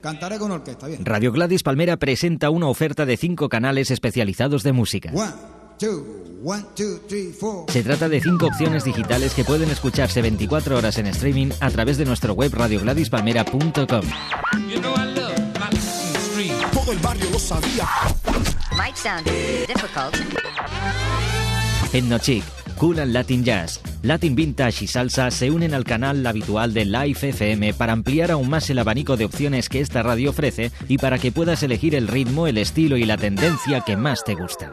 Cantaré con orquesta, bien. Radio Gladys Palmera presenta una oferta de 5 canales especializados de música. 1, 2, 1, 2, 3, 4. Se trata de 5 opciones digitales que pueden escucharse 24 horas en streaming a través de nuestro web radiogladyspalmera.com. Todo el barrio lo sabía. Might sound difficult. Etnochic, Cool and Latin Jazz, Latin Vintage y Salsa se unen al canal habitual de Live FM para ampliar aún más el abanico de opciones que esta radio ofrece y para que puedas elegir el ritmo, el estilo y la tendencia que más te gusta.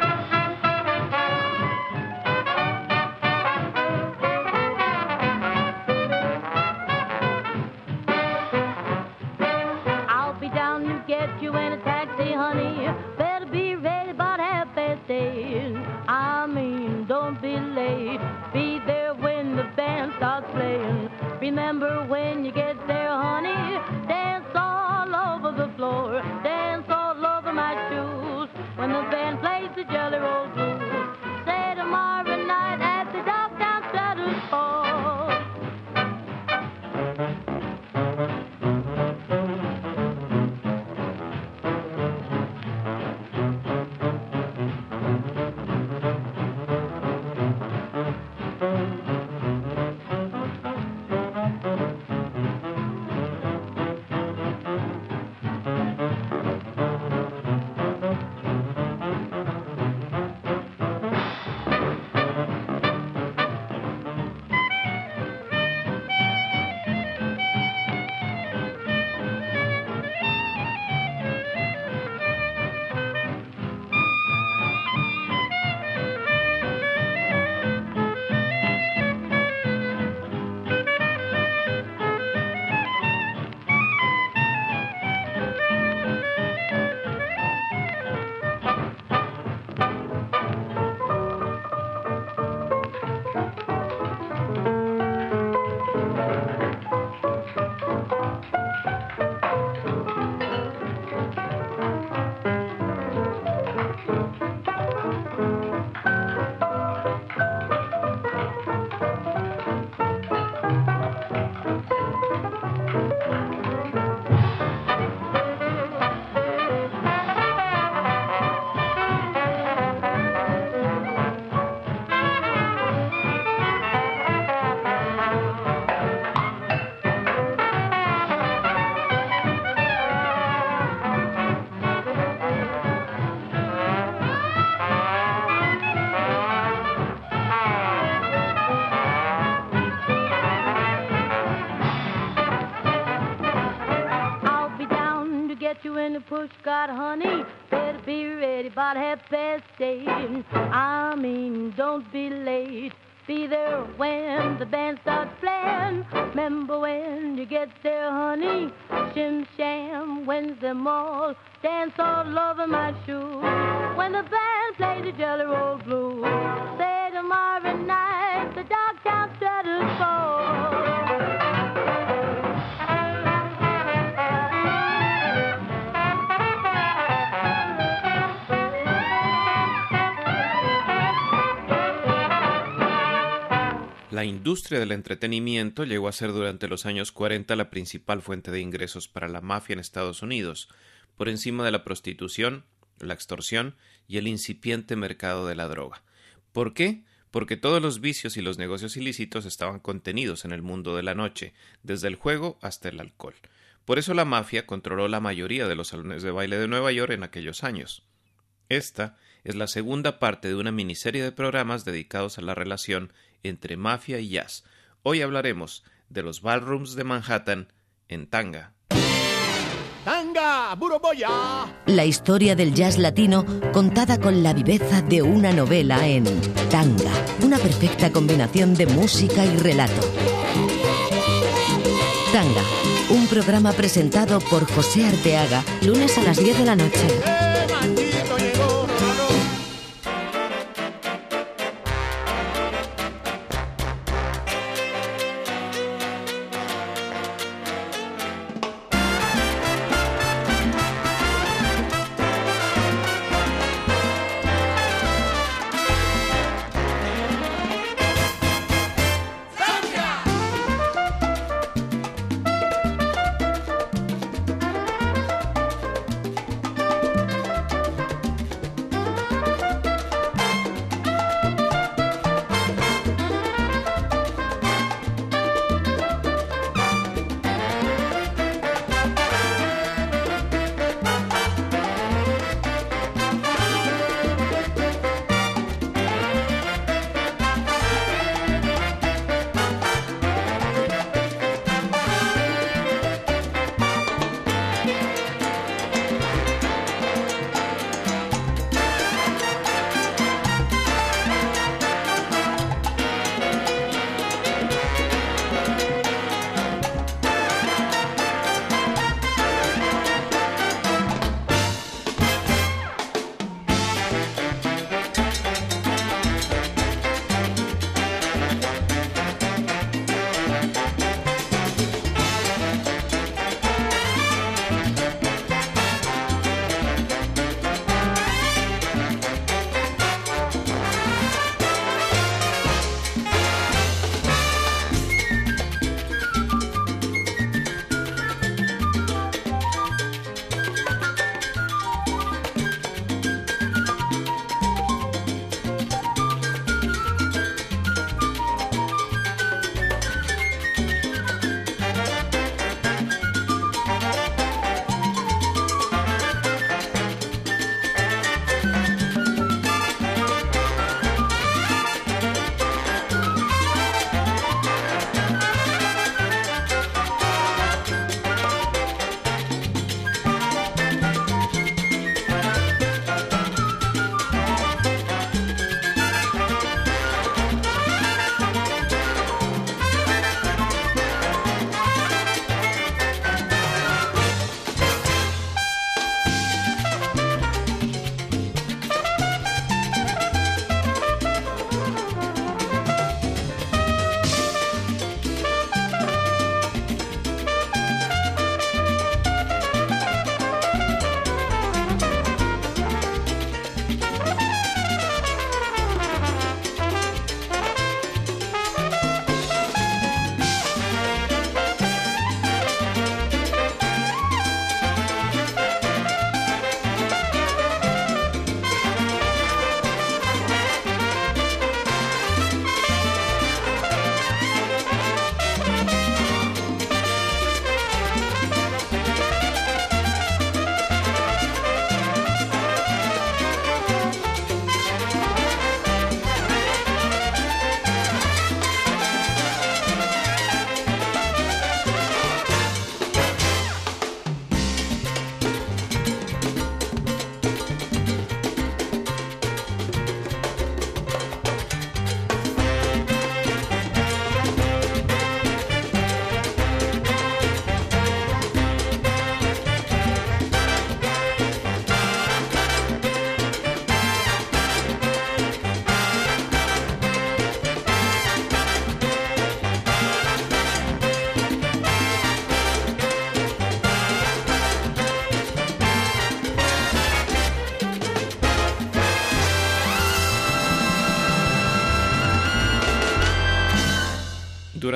Remember when you get there, honey, dance all over the floor, dance all over my shoes. When the band plays the Jelly Roll Blues, say tomorrow night at the Dogtown Strutter's Hall. Pushcart, honey, better be ready about 8:30. I mean, don't be late. Be there when the band starts playing. Remember when you get there, honey. Shim sham, Wednesday mall. Dance all over my shoes. When the band plays the Jelly Roll Blues. Say tomorrow night, the Dogtown Strutter's Hall. La industria del entretenimiento llegó a ser durante los años 40 la principal fuente de ingresos para la mafia en Estados Unidos, por encima de la prostitución, la extorsión y el incipiente mercado de la droga. ¿Por qué? Porque todos los vicios y los negocios ilícitos estaban contenidos en el mundo de la noche, desde el juego hasta el alcohol. Por eso la mafia controló la mayoría de los salones de baile de Nueva York en aquellos años. Esta es la segunda parte de una miniserie de programas dedicados a la relación entre mafia y jazz. Hoy hablaremos de los ballrooms de Manhattan en tanga. ¡Tanga, buroboya! La historia del jazz latino contada con la viveza de una novela en Tanga, una perfecta combinación de música y relato. Tanga, un programa presentado por José Arteaga, lunes a las 10 de la noche.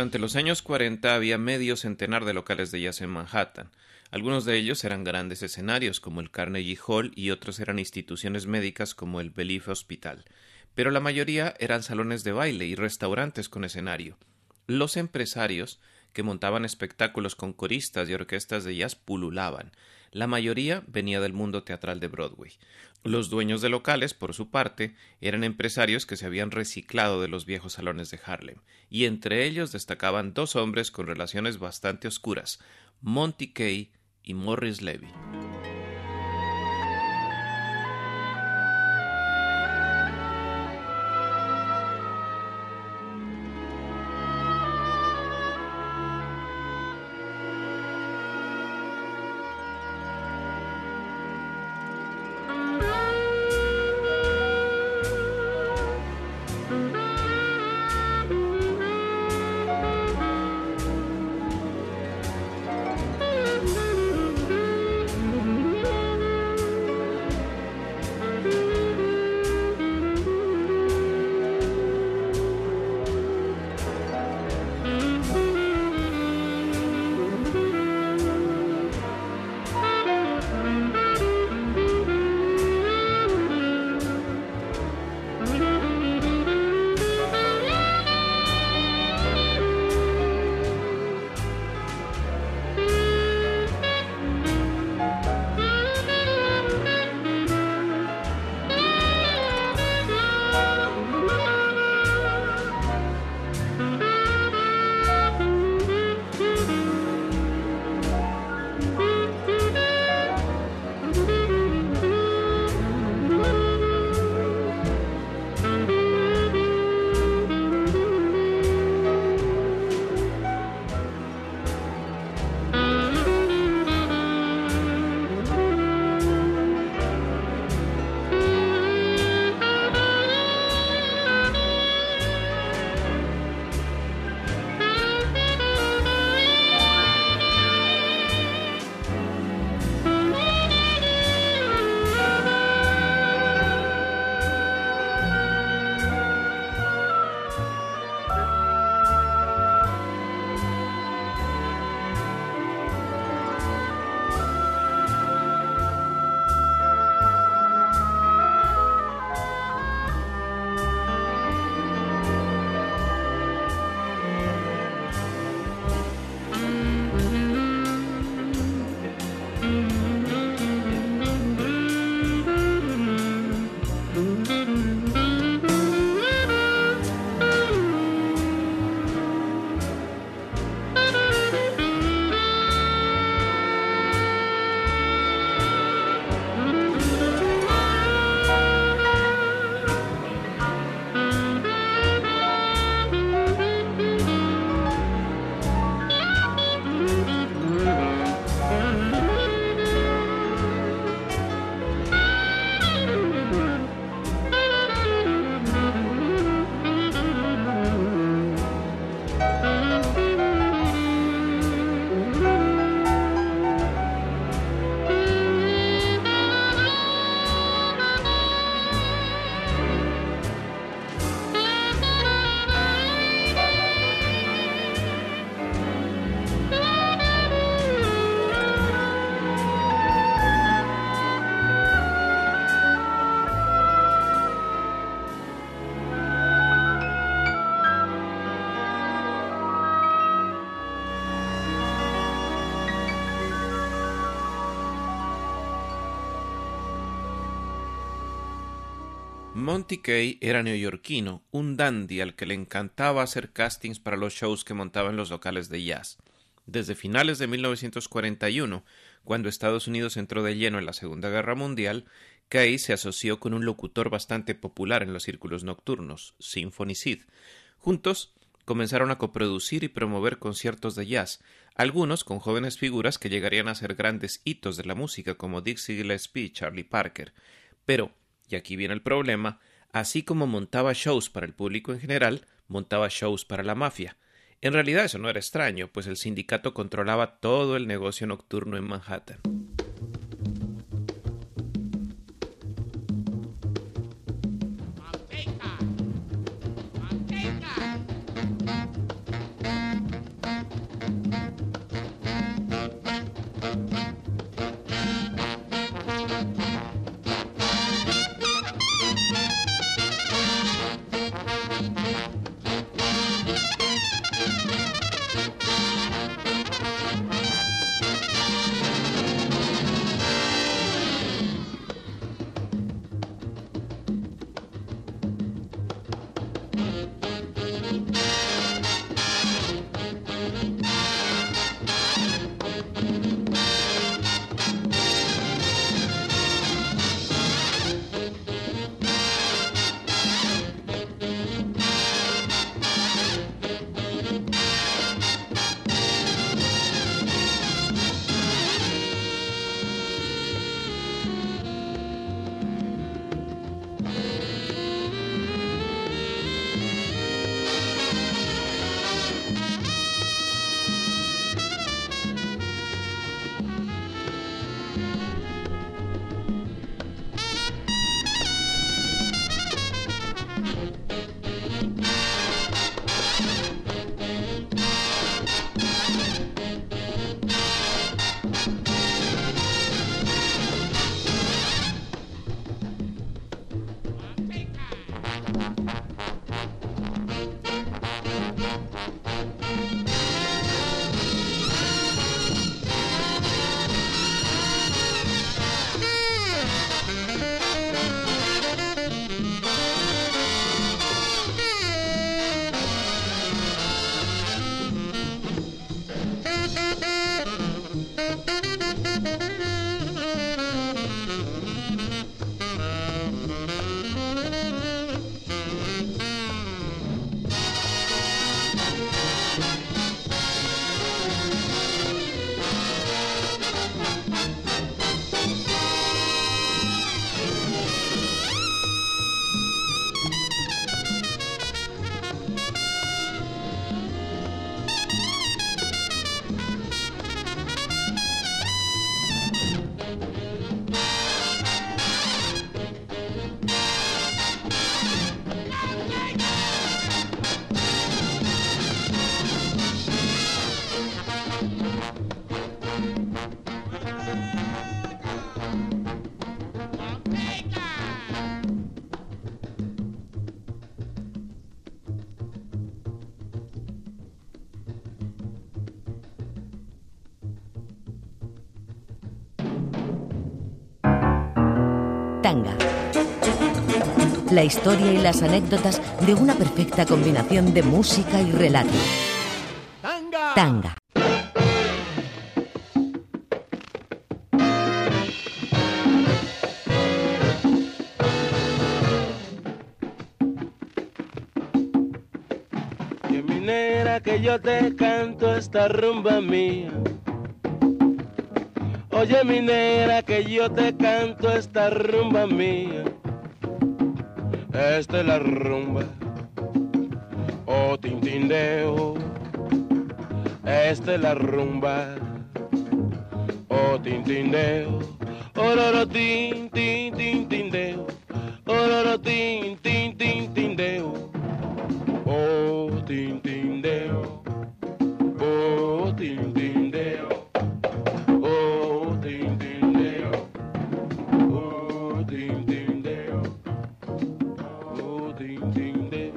Durante los años 40 había medio centenar de locales de jazz en Manhattan. Algunos de ellos eran grandes escenarios como el Carnegie Hall y otros eran instituciones médicas como el Bellevue Hospital. Pero la mayoría eran salones de baile y restaurantes con escenario. Los empresarios que montaban espectáculos con coristas y orquestas de jazz pululaban. La mayoría venía del mundo teatral de Broadway. Los dueños de locales, por su parte, eran empresarios que se habían reciclado de los viejos salones de Harlem, y entre ellos destacaban dos hombres con relaciones bastante oscuras, Monty Kaye y Morris Levy. Monty Kaye era neoyorquino, un dandy al que le encantaba hacer castings para los shows que montaba en los locales de jazz. Desde finales de 1941, cuando Estados Unidos entró de lleno en la Segunda Guerra Mundial, Kaye se asoció con un locutor bastante popular en los círculos nocturnos, Symphony Sid. Juntos comenzaron a coproducir y promover conciertos de jazz, algunos con jóvenes figuras que llegarían a ser grandes hitos de la música como Dizzy Gillespie y Charlie Parker. Pero, y aquí viene el problema, así como montaba shows para el público en general, montaba shows para la mafia. En realidad eso no era extraño, pues el sindicato controlaba todo el negocio nocturno en Manhattan. Tanga. La historia y las anécdotas de una perfecta combinación de música y relato. Tanga. Que minera que yo te canto esta rumba mía. Oye minera que yo te canto esta rumba mía. Esta es la rumba, oh tintindeo. Esta es la rumba, oh tintindeo. Ororo tin tin tin tindeo. Ororo tin tin tin tindeo. Oh tintindeo. Oh tintindeo. Oh tintindeo. Oh tintindeo. Oh tintindeo.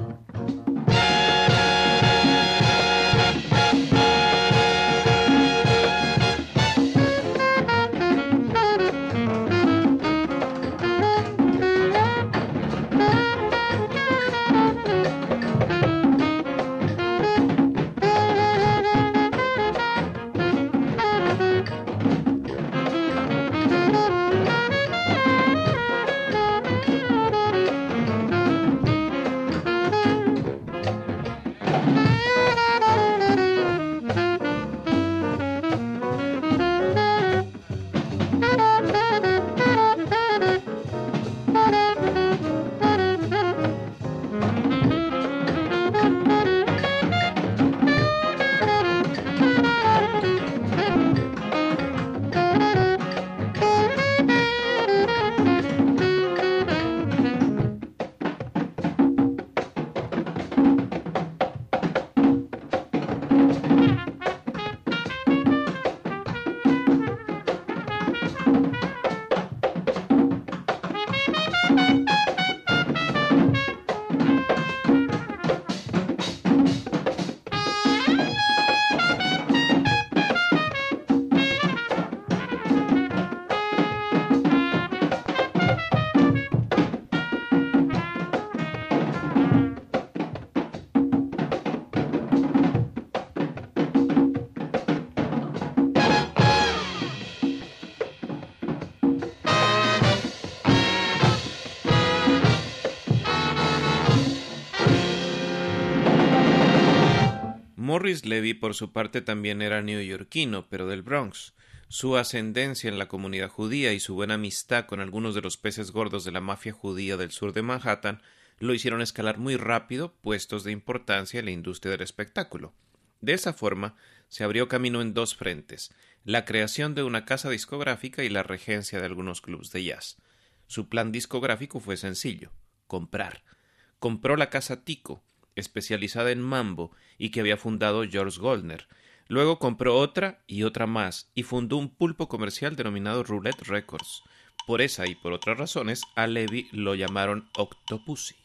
Morris Levy, por su parte, también era neoyorquino, pero del Bronx. Su ascendencia en la comunidad judía y su buena amistad con algunos de los peces gordos de la mafia judía del sur de Manhattan lo hicieron escalar muy rápido puestos de importancia en la industria del espectáculo. De esa forma, se abrió camino en dos frentes: la creación de una casa discográfica y la regencia de algunos clubs de jazz. Su plan discográfico fue sencillo: comprar. Compró la casa Tico, especializada en mambo y que había fundado George Goldner. Luego compró otra y otra más y fundó un pulpo comercial denominado Roulette Records. Por esa y por otras razones, a Levy lo llamaron Octopussy.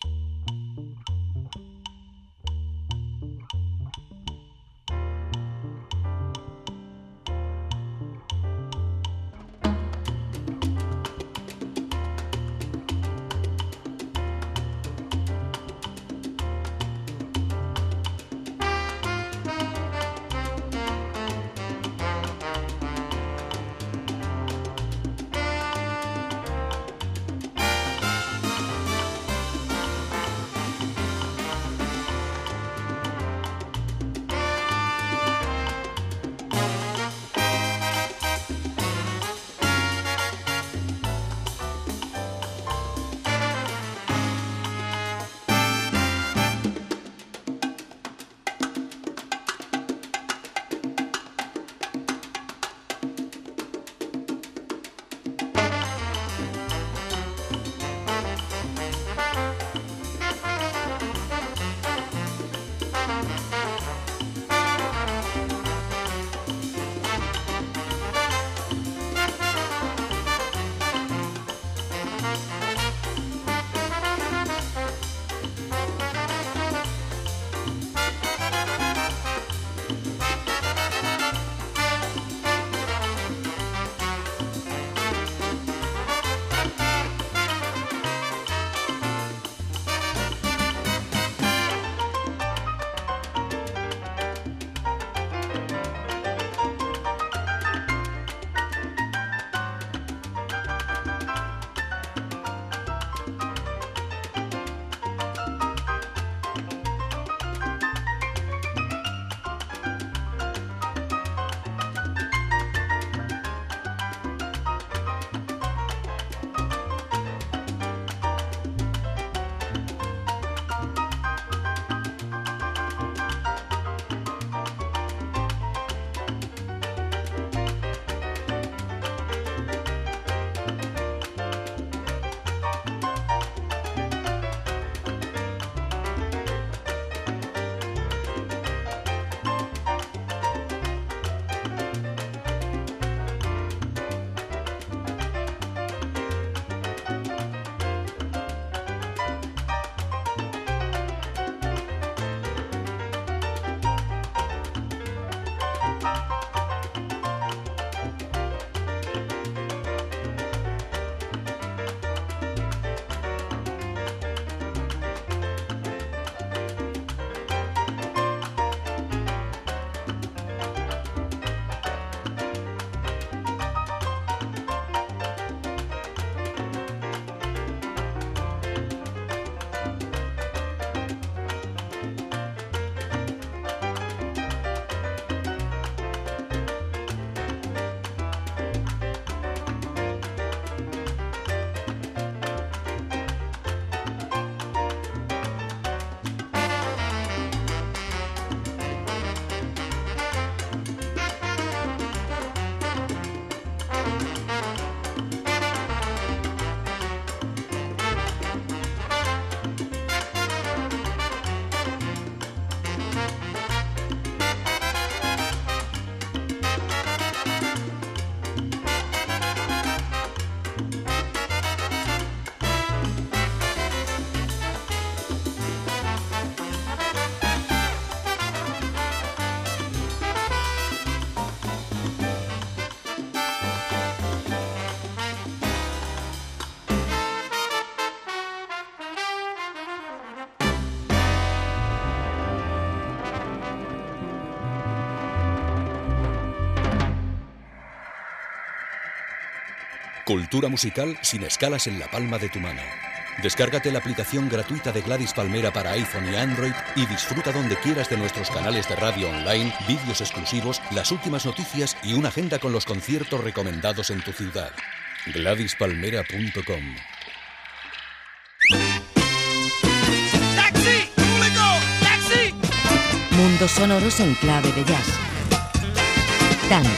Cultura musical sin escalas en la palma de tu mano. Descárgate la aplicación gratuita de Gladys Palmera para iPhone y Android y disfruta donde quieras de nuestros canales de radio online, vídeos exclusivos, las últimas noticias y una agenda con los conciertos recomendados en tu ciudad. GladysPalmera.com. ¡Taxi! ¡Público! ¡Taxi! Mundos sonoros en clave de jazz. Tanga.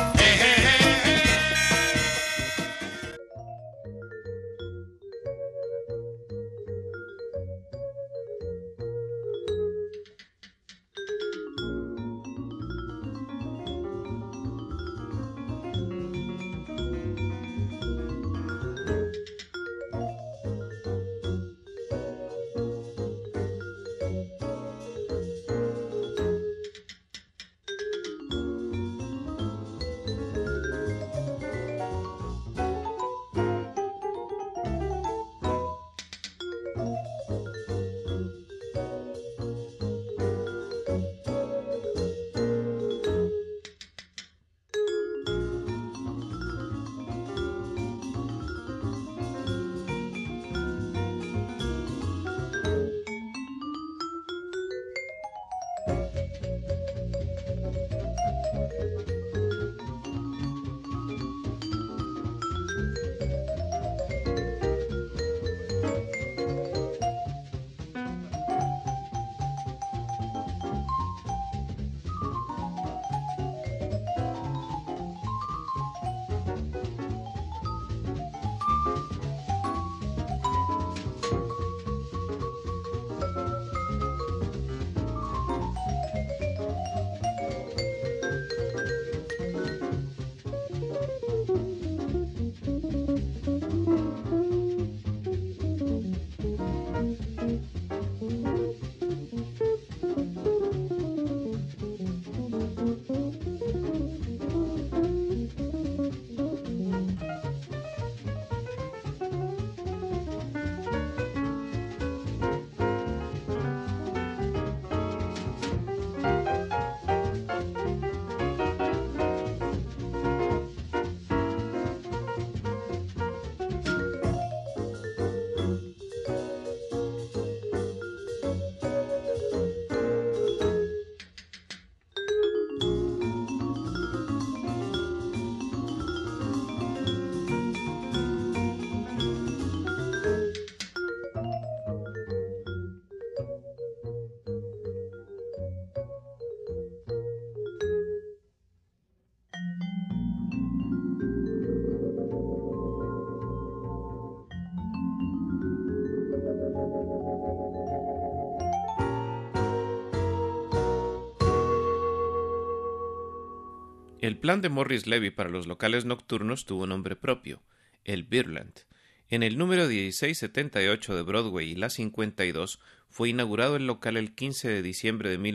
El plan de Morris Levy para los locales nocturnos tuvo nombre propio, el Beerland. En el número 1678 de Broadway y la 52 fue inaugurado el local el 15 de diciembre de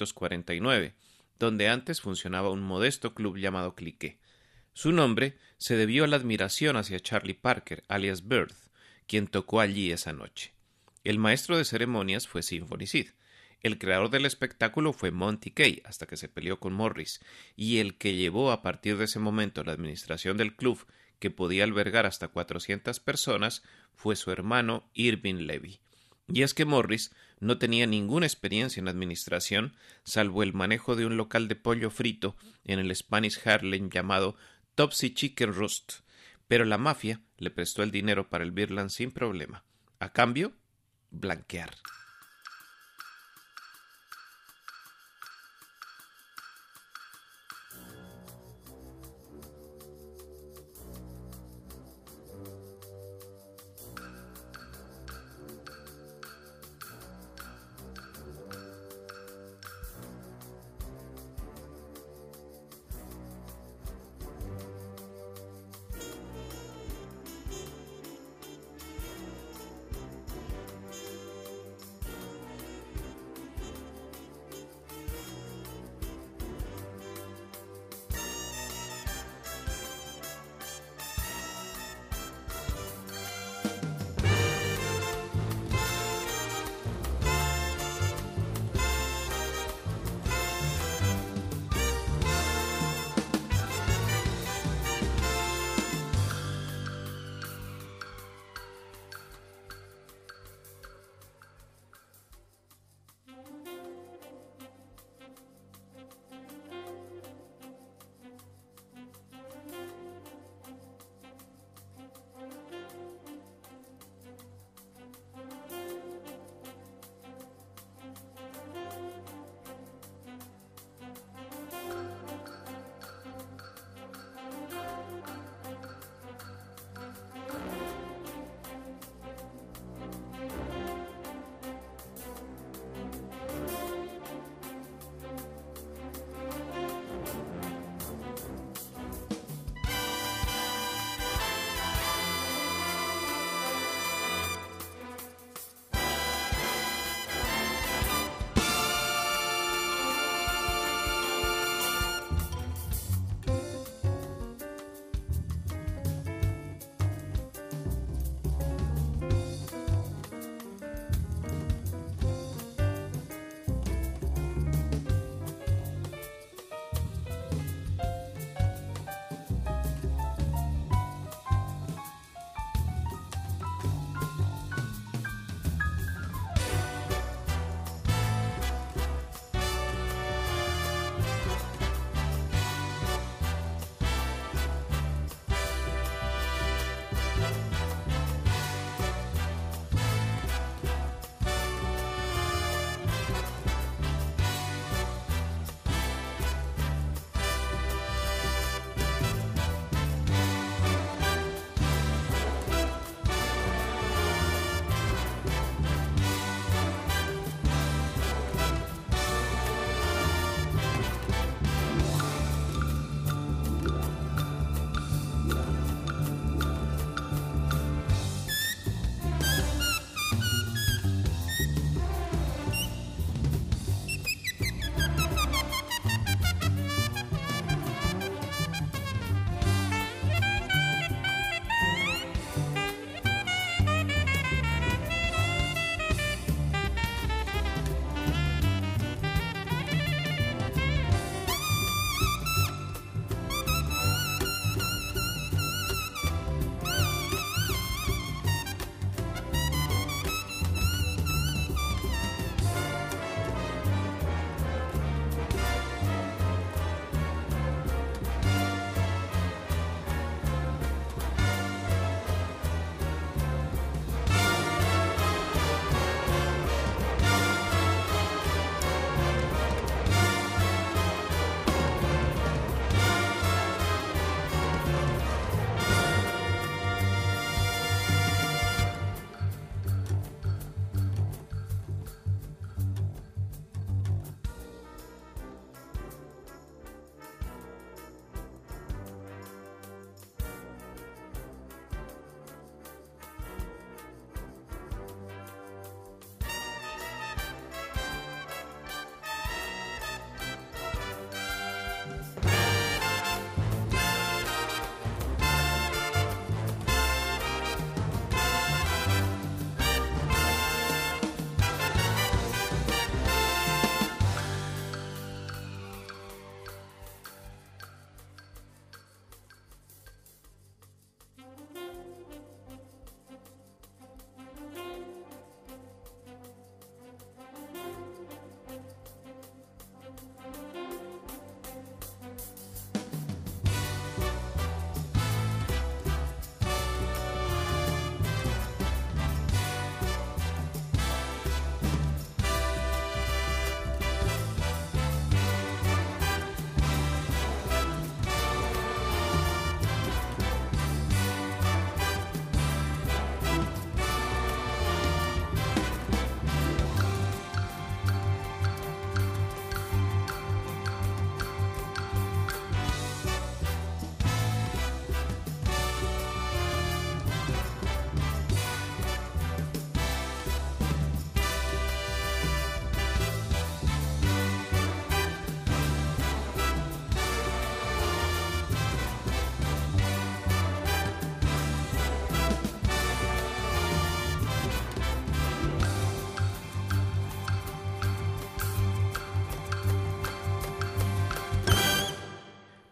1949, donde antes funcionaba un modesto club llamado Cliquet. Su nombre se debió a la admiración hacia Charlie Parker, alias Bird, quien tocó allí esa noche. El maestro de ceremonias fue Symphony Sid. El creador del espectáculo fue Monty Kaye, hasta que se peleó con Morris, y el que llevó a partir de ese momento la administración del club, que podía albergar hasta 400 personas, fue su hermano Irving Levy. Y es que Morris no tenía ninguna experiencia en administración, salvo el manejo de un local de pollo frito en el Spanish Harlem llamado Topsy Chicken Roast, pero la mafia le prestó el dinero para el Beerland sin problema. A cambio, blanquear.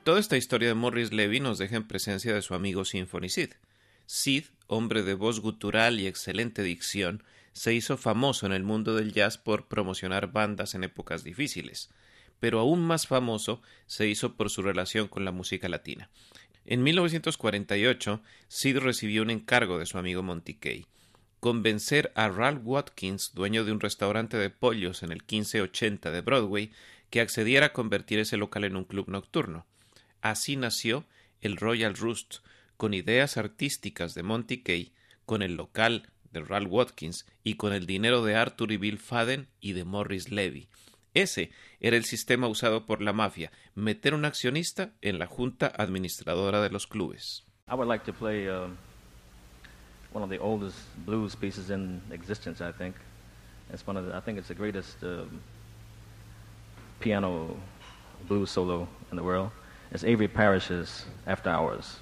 Toda esta historia de Morris Levy nos deja en presencia de su amigo Symphony Sid. Sid, hombre de voz gutural y excelente dicción, se hizo famoso en el mundo del jazz por promocionar bandas en épocas difíciles, pero aún más famoso se hizo por su relación con la música latina. En 1948, Sid recibió un encargo de su amigo Monty Kaye: convencer a Ralph Watkins, dueño de un restaurante de pollos en el 1580 de Broadway, que accediera a convertir ese local en un club nocturno. Así nació el Royal Roost, con ideas artísticas de Monty Kaye, con el local de Ralph Watkins y con el dinero de Arthur y Bill Fadden y de Morris Levy. Ese era el sistema usado por la mafia: meter un accionista en la junta administradora de los clubes. I would like to play one of the oldest blues pieces in existence, I think. I think it's the greatest piano blues solo in the world. It's Avery Parrish's After Hours.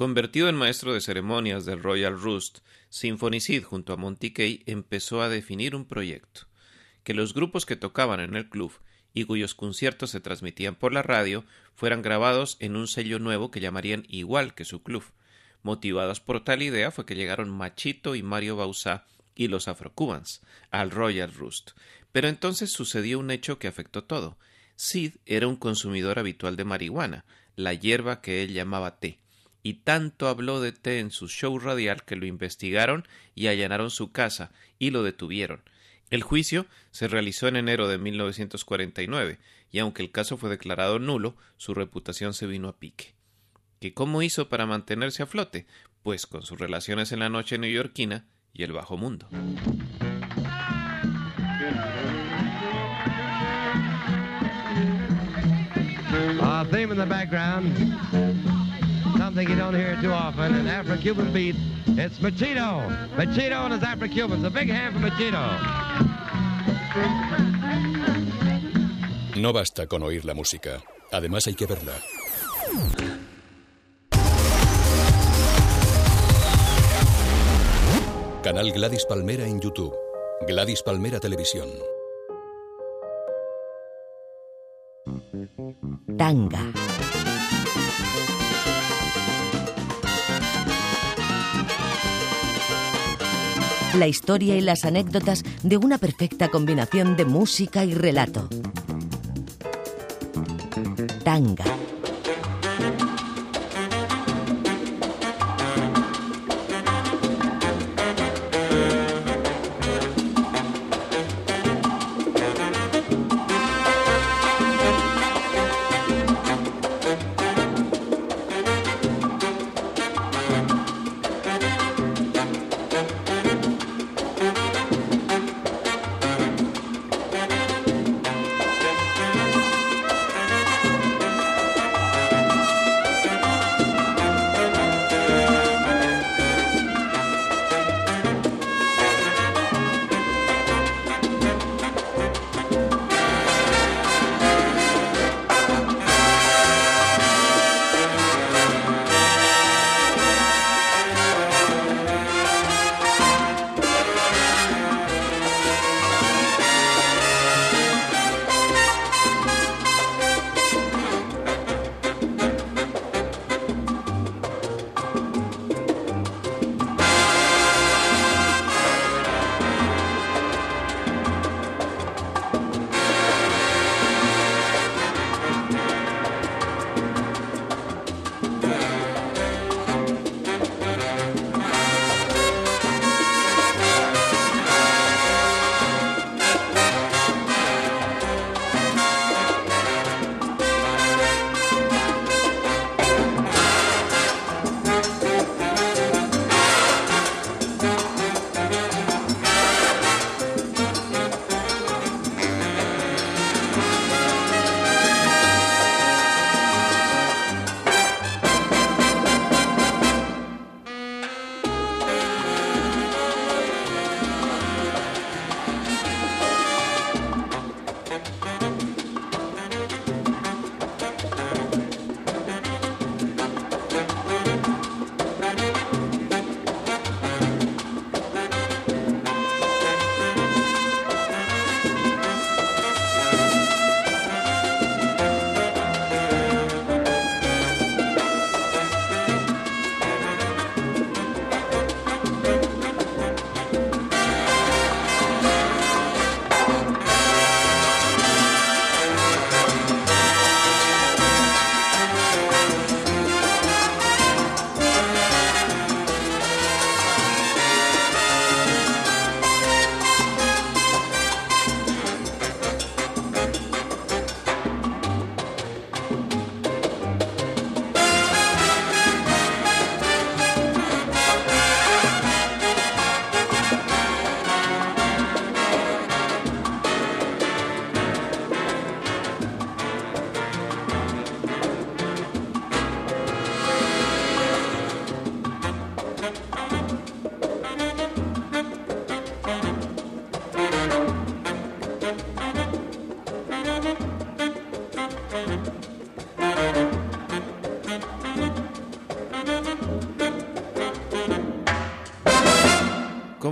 Convertido en maestro de ceremonias del Royal Roost, Symphony Sid junto a Monty Kaye empezó a definir un proyecto: que los grupos que tocaban en el club y cuyos conciertos se transmitían por la radio fueran grabados en un sello nuevo que llamarían igual que su club. Motivados por tal idea fue que llegaron Machito y Mario Bauzá y los Afro-Cubans al Royal Roost. Pero entonces sucedió un hecho que afectó todo. Sid era un consumidor habitual de marihuana, la hierba que él llamaba té, y tanto habló de té en su show radial que lo investigaron y allanaron su casa y lo detuvieron. El juicio se realizó en enero de 1949 y aunque el caso fue declarado nulo, su reputación se vino a pique. ¿Que cómo hizo para mantenerse a flote? Pues con sus relaciones en la noche neoyorquina y el bajo mundo. Theme in the background, something you don't hear too often, an Afro-Cuban beat. It's Machito. Machito and his Afro-Cubans. A big hand for Machito. No basta con oír la música, además hay que verla. Canal Gladys Palmera en YouTube. Gladys Palmera Televisión. Tanga. La historia y las anécdotas de una perfecta combinación de música y relato. Tanga.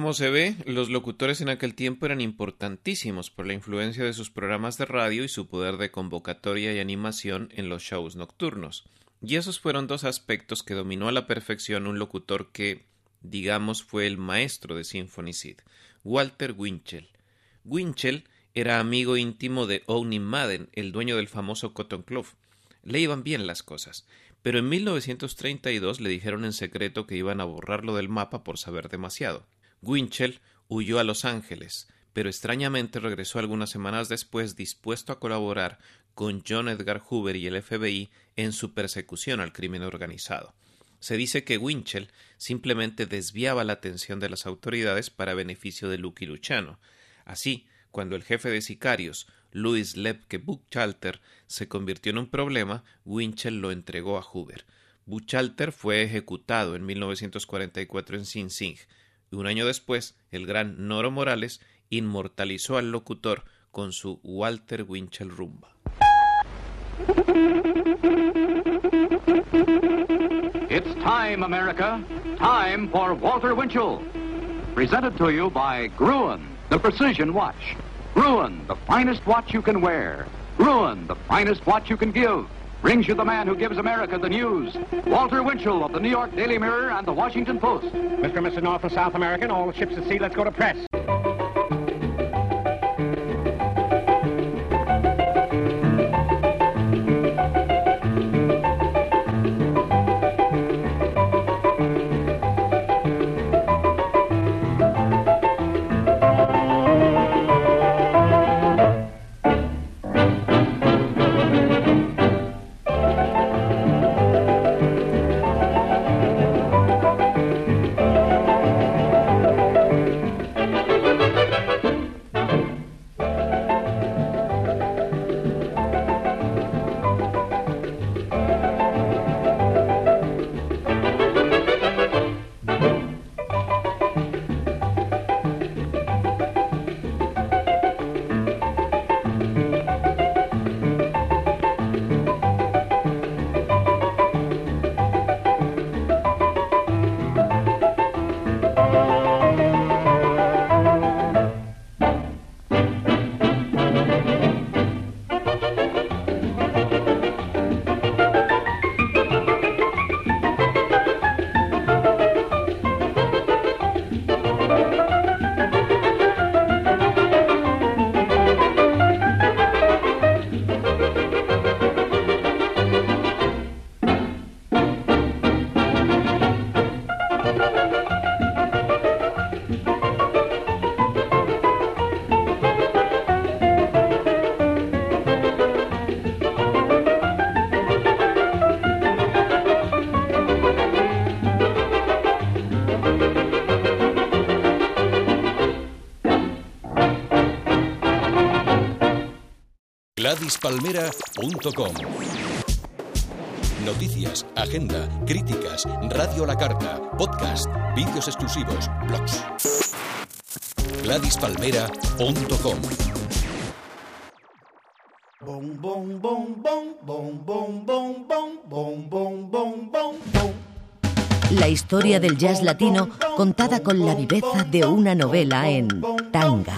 como se ve, los locutores en aquel tiempo eran importantísimos por la influencia de sus programas de radio y su poder de convocatoria y animación en los shows nocturnos. Y esos fueron dos aspectos que dominó a la perfección un locutor que, digamos, fue el maestro de Symphony Sid, Walter Winchell. Winchell era amigo íntimo de Owney Madden, el dueño del famoso Cotton Club. Le iban bien las cosas, pero en 1932 le dijeron en secreto que iban a borrarlo del mapa por saber demasiado. Winchell huyó a Los Ángeles, pero extrañamente regresó algunas semanas después dispuesto a colaborar con John Edgar Hoover y el FBI en su persecución al crimen organizado. Se dice que Winchell simplemente desviaba la atención de las autoridades para beneficio de Lucky Luciano. Así, cuando el jefe de sicarios, Louis Lepke Buchalter, se convirtió en un problema, Winchell lo entregó a Hoover. Buchalter fue ejecutado en 1944 en Sing Sing, y un año después, el gran Noro Morales inmortalizó al locutor con su Walter Winchell Rumba. It's time, America. Time for Walter Winchell. Presented to you by Gruen, the precision watch. Gruen, the finest watch you can wear. Gruen, the finest watch you can give. Brings you the man who gives America the news. Walter Winchell of the New York Daily Mirror and the Washington Post. Mr. and Mrs. North and South American, all the ships at sea, let's go to press. GladysPalmera.com. Noticias, agenda, críticas, radio a la carta, podcast, vídeos exclusivos, blogs. GladysPalmera.com. La historia del jazz latino contada con la viveza de una novela en Tanga.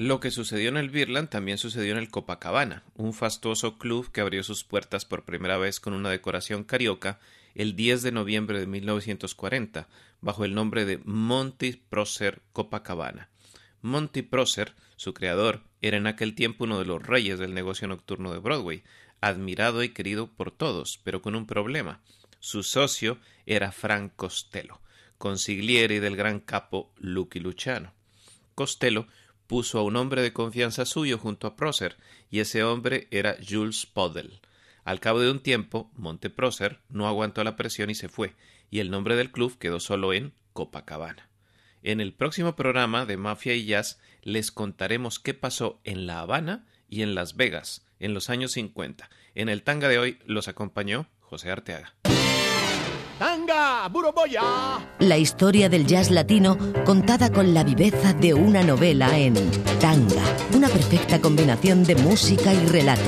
Lo que sucedió en el Beerland también sucedió en el Copacabana, un fastuoso club que abrió sus puertas por primera vez con una decoración carioca el 10 de noviembre de 1940, bajo el nombre de Monty Prosser Copacabana. Monty Prosser, su creador, era en aquel tiempo uno de los reyes del negocio nocturno de Broadway, admirado y querido por todos, pero con un problema. Su socio era Frank Costello, consigliere del gran capo Lucky Luciano. Costello puso a un hombre de confianza suyo junto a Prosser, y ese hombre era Jules Podell. Al cabo de un tiempo, Monty Prosser no aguantó la presión y se fue, y el nombre del club quedó solo en Copacabana. En el próximo programa de Mafia y Jazz les contaremos qué pasó en La Habana y en Las Vegas en los años 50. En el tanga de hoy los acompañó José Arteaga. ¡Tanga, buroboya! La historia del jazz latino contada con la viveza de una novela en Tanga, una perfecta combinación de música y relato.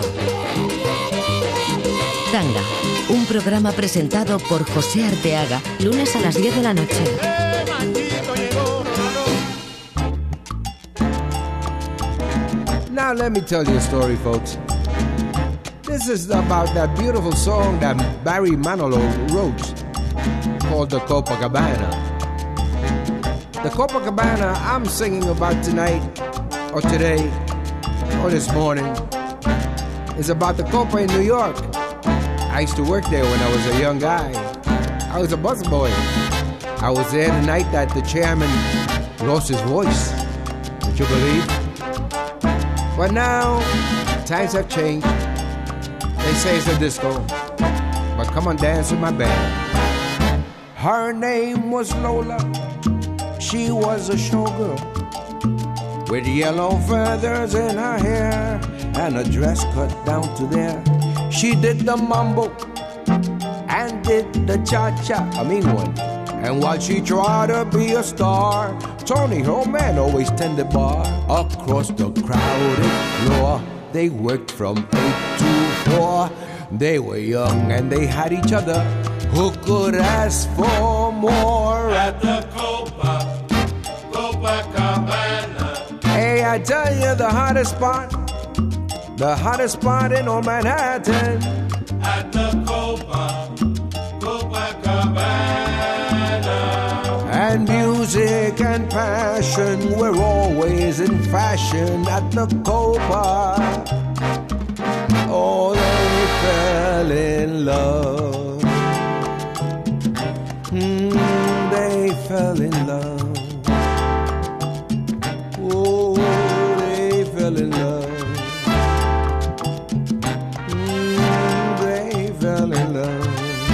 Tanga, un programa presentado por José Arteaga, lunes a las 10 de la noche. Now let me tell you a story, folks. This is about that beautiful song that Barry Manilow wrote called the Copacabana. The Copacabana I'm singing about tonight, or today, or this morning, is about the Copa in New York. I used to work there when I was a young guy. I was a busboy. I was there the night that the chairman lost his voice. Would you believe? But now, times have changed. They say it's a disco, but come on, dance with my band. Her name was Lola. She was a showgirl with yellow feathers in her hair and a dress cut down to there. She did the mambo and did the cha-cha, a mean one. And while she tried to be a star, Tony, her man, always tended bar. Across the crowded floor, they worked from 8 to 4. They were young and they had each other. Who could ask for more? At the Copacabana. Hey, I tell you, the hottest spot in old Manhattan. At the Copacabana. And music and passion were always in fashion at the Copa. Oh, they fell in love. They fell in love. Oh, they fell in love. They fell in love.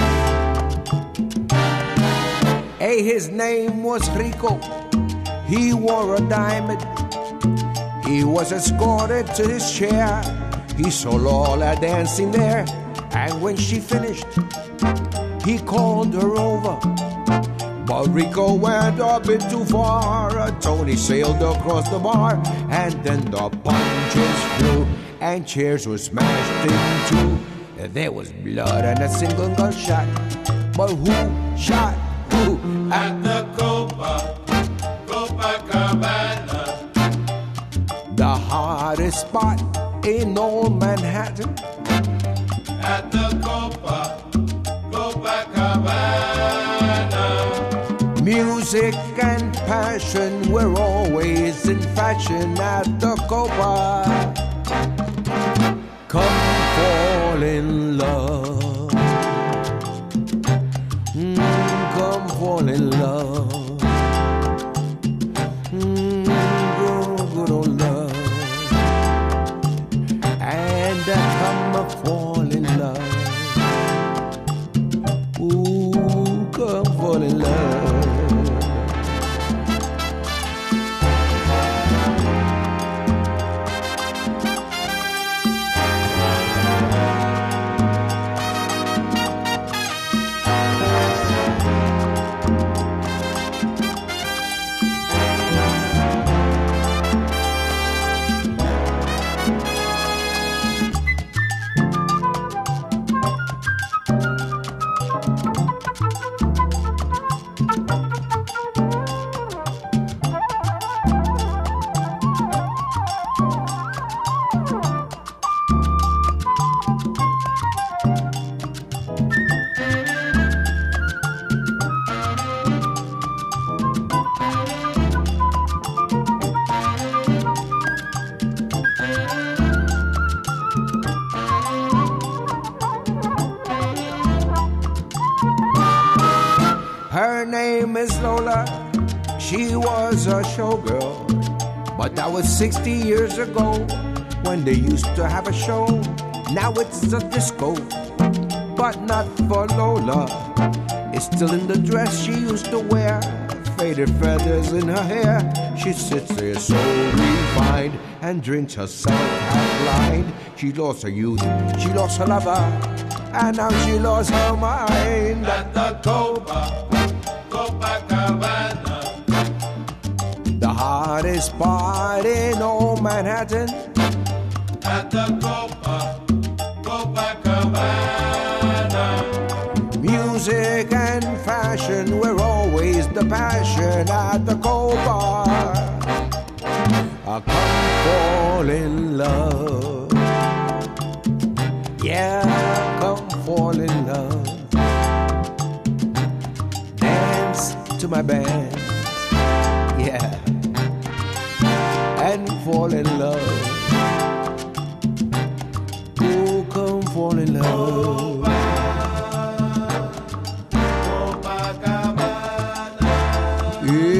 Hey, his name was Rico. He wore a diamond. He was escorted to his chair. He saw Lola dancing there. And when she finished, he called her over. But Rico went a bit too far. Tony sailed across the bar. And then the punches flew. And chairs were smashed in two. There was blood and a single gunshot. But who shot who? At the Copacabana. The hottest spot in old Manhattan. At the Copacabana. Music and passion were always in fashion at the Copa. Come fall in love. Come fall in love. Good old love. And come fall in love. Ooh, come fall in love. She was a showgirl, but that was 60 years ago when they used to have a show. Now it's a disco, but not for Lola. It's still in the dress she used to wear, faded feathers in her hair. She sits there so refined and drinks herself half blind. She lost her youth, she lost her lover, and now she lost her mind. At the Copacabana, the hottest part in old Manhattan. At the Copacabana, music and fashion were always the passion at the Copa. I come fall in love. Yeah, come fall in love. Dance to my band. Yeah, and fall in love. Oh, come fall in love. Yeah.